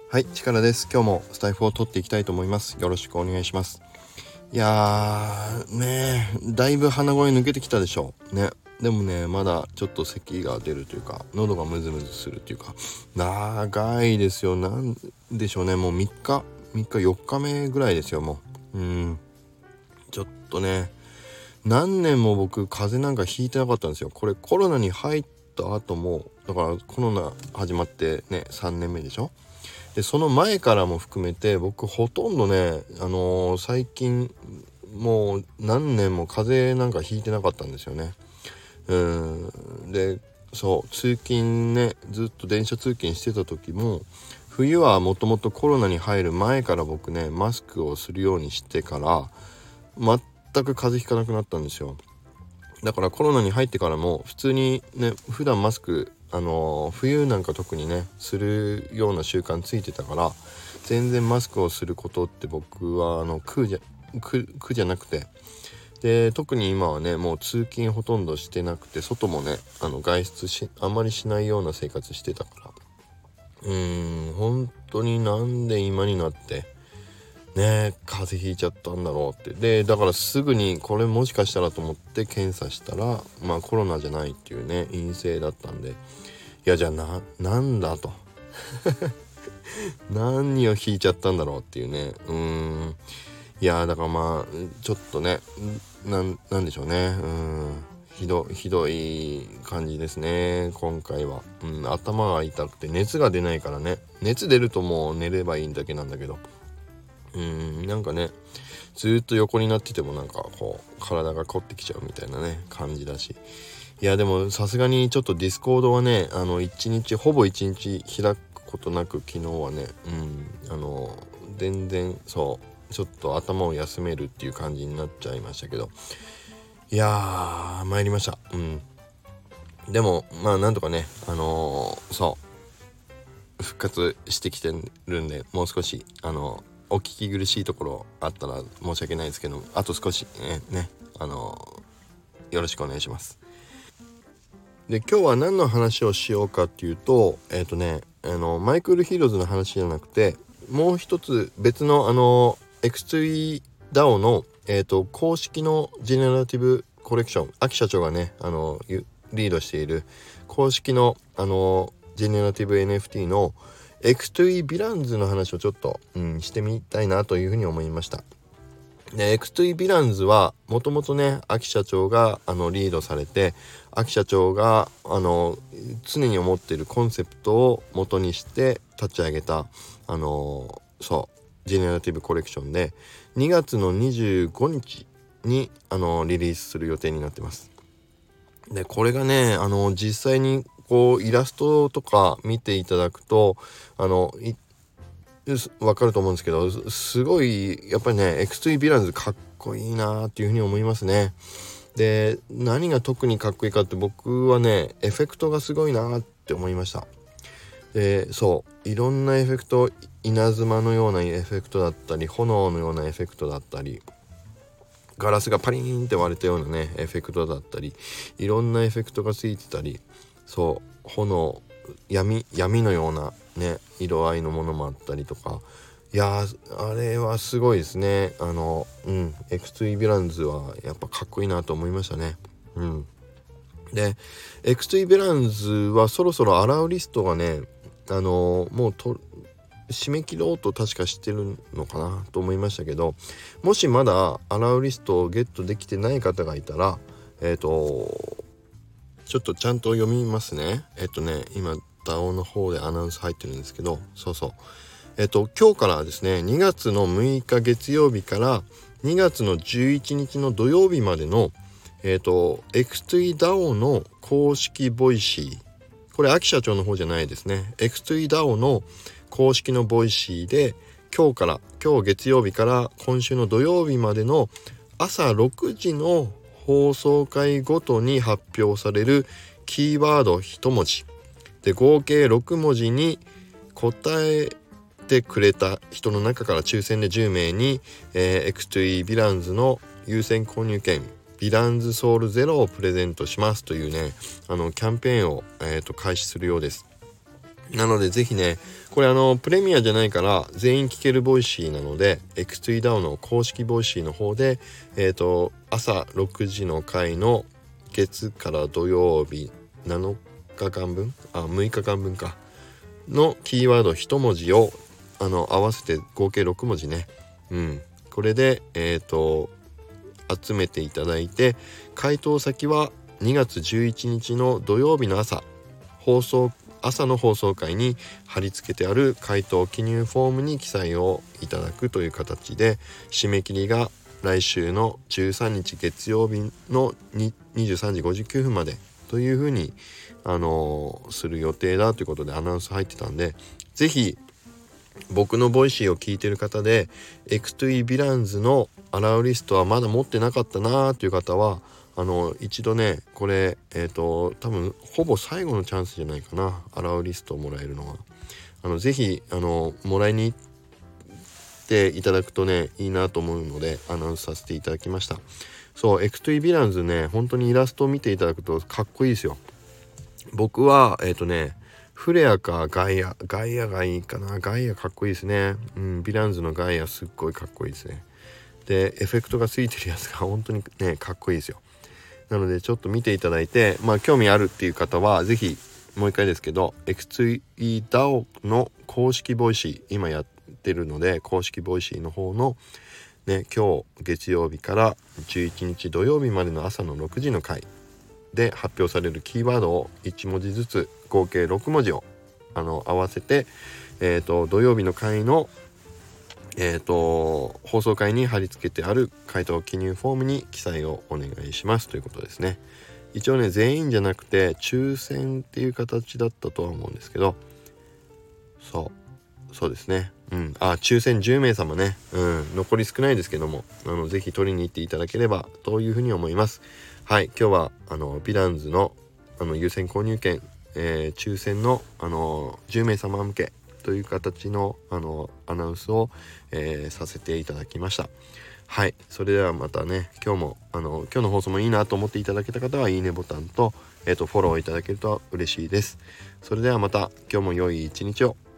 はい、力です。今日もスタイフを取っていきたいと思います。よろしくお願いします。いやーねだいぶ鼻声抜けてきたでしょうね。でもね、まだちょっと咳が出るというか、喉がムズムズするというか、長いですよ。なんでしょうね、もう3日4日目ぐらいですよ。もうちょっとね、何年も僕風邪なんかひいてなかったんですよ。これコロナに入った後も、だからコロナ始まってね3年目でしょ。でその前からも含めて僕ほとんどね、最近もう何年も風邪なんかひいてなかったんですよね。でそう通勤ね、ずっと電車通勤してた時も、冬はもともとコロナに入る前から僕ねマスクをするようにしてから全く風邪ひかなくなったんですよ。だからコロナに入ってからも普通にね、普段マスク冬なんか特にねするような習慣ついてたから、全然マスクをすることって僕は苦じゃなくて、で特に今はねもう通勤ほとんどしてなくて、外もね外出あんまりしないような生活してたから、本当になんで今になってね風邪ひいちゃったんだろうって。でだからすぐにこれもしかしたらと思って検査したら、コロナじゃないっていうね陰性だったんで、いやじゃあなんだと何を引いちゃったんだろうっていうね。いやだからちょっとねなんでしょうね。ひどい感じですね今回は。頭が痛くて熱が出ないからね。熱出るともう寝ればいいんだけなんだけど、なんかねずっと横になっててもなんかこう体が凝ってきちゃうみたいなね感じだし、いやでもさすがにちょっとディスコードはねほぼ一日開くことなく、昨日はね全然そうちょっと頭を休めるっていう感じになっちゃいましたけど、いやー参りました。でもなんとかね復活してきてるんで、もう少しお聞き苦しいところあったら申し訳ないですけど、あと少しねよろしくお願いします。で今日は何の話をしようかっていうと、マイクルヒーローズの話じゃなくて、もう一つ別のX3 DAO の公式のジェネラティブコレクション、秋社長がねリードしている公式のジェネラティブ NFT の X3 ヴィランズの話をちょっと、してみたいなというふうに思いました。で X3 ヴィランズはもともとね秋社長がリードされて、秋社長が常に思っているコンセプトを元にして立ち上げたジェネラティブコレクションで、2月の25日にリリースする予定になってます。でこれがね実際にこうイラストとか見ていただくとわかると思うんですけど、すごいやっぱりね X3 ヴィランズかっこいいなっていうふうに思いますね。で何が特にかっこいいかって、僕はねエフェクトがすごいなって思いました。でいろんなエフェクト、稲妻のようなエフェクトだったり、炎のようなエフェクトだったり、ガラスがパリーンって割れたようなねエフェクトだったり、いろんなエフェクトがついてたり、炎闇のようなね色合いのものもあったりとか、いやあれはすごいですね。X3 ヴィランズはやっぱかっこいいなと思いましたね。で X3 ヴィランズはそろそろアラウリストがねもう締め切ろうと確かしてるのかなと思いましたけど、もしまだアラウリストをゲットできてない方がいたらちょっとちゃんと読みますね。今 DAO の方でアナウンス入ってるんですけど、今日からですね、2月の6日月曜日から2月の11日の土曜日までのX3 DAO の公式ボイシー、これ秋社長の方じゃないですね。X3 DAO の公式のボイシーで今日月曜日から今週の土曜日までの朝6時の放送回ごとに発表されるキーワード1文字で合計6文字に答えてくれた人の中から抽選で10名に、X3 ヴィランズの優先購入券ヴィランズソウルゼロをプレゼントしますというねキャンペーンを、開始するようです。 なのでぜひね、これプレミアじゃないから全員聞けるボイシーなので、 X3DAO の公式ボイシーの方で朝6時の回の月から土曜日7日間分6日間分かのキーワード1文字を合わせて合計6文字ね、これで集めていただいて、回答先は2月11日の土曜日の朝の放送回に貼り付けてある回答記入フォームに記載をいただくという形で、締め切りが来週の13日月曜日の23時59分までというふうにする予定だということでアナウンス入ってたんで、ぜひ僕のボイシーを聞いてる方で X2E ヴィランズのアラウリストはまだ持ってなかったなーという方は一度ね、これ多分ほぼ最後のチャンスじゃないかな、アラウリストをもらえるのは。ぜひもらいに行っていただくとねいいなと思うのでアナウンスさせていただきました。そう、X2E ヴィランズね、本当にイラストを見ていただくとかっこいいですよ。僕はフレアかガイアがいいかな。ガイアかっこいいですね。ヴィランズのガイアすっごいかっこいいですね。でエフェクトがついてるやつが本当にねかっこいいですよ。なのでちょっと見ていただいて、興味あるっていう方はぜひもう一回ですけど X3DAO の公式ボイシー今やってるので、公式ボイシーの方のね、今日月曜日から11日土曜日までの朝の6時の回で発表されるキーワードを1文字ずつ合計6文字を合わせて、土曜日の回の放送回に貼り付けてある回答記入フォームに記載をお願いしますということですね。一応ね全員じゃなくて抽選っていう形だったとは思うんですけど、そうですね。抽選10名様ね、残り少ないですけどもぜひ取りに行っていただければというふうに思います。はい、今日はヴィランズの優先購入券、抽選の10名様向けという形のアナウンスを、させていただきました。はい、それではまたね、今日の放送もいいなと思っていただけた方はいいねボタンと、フォローいただけると嬉しいです。それではまた今日も良い一日を。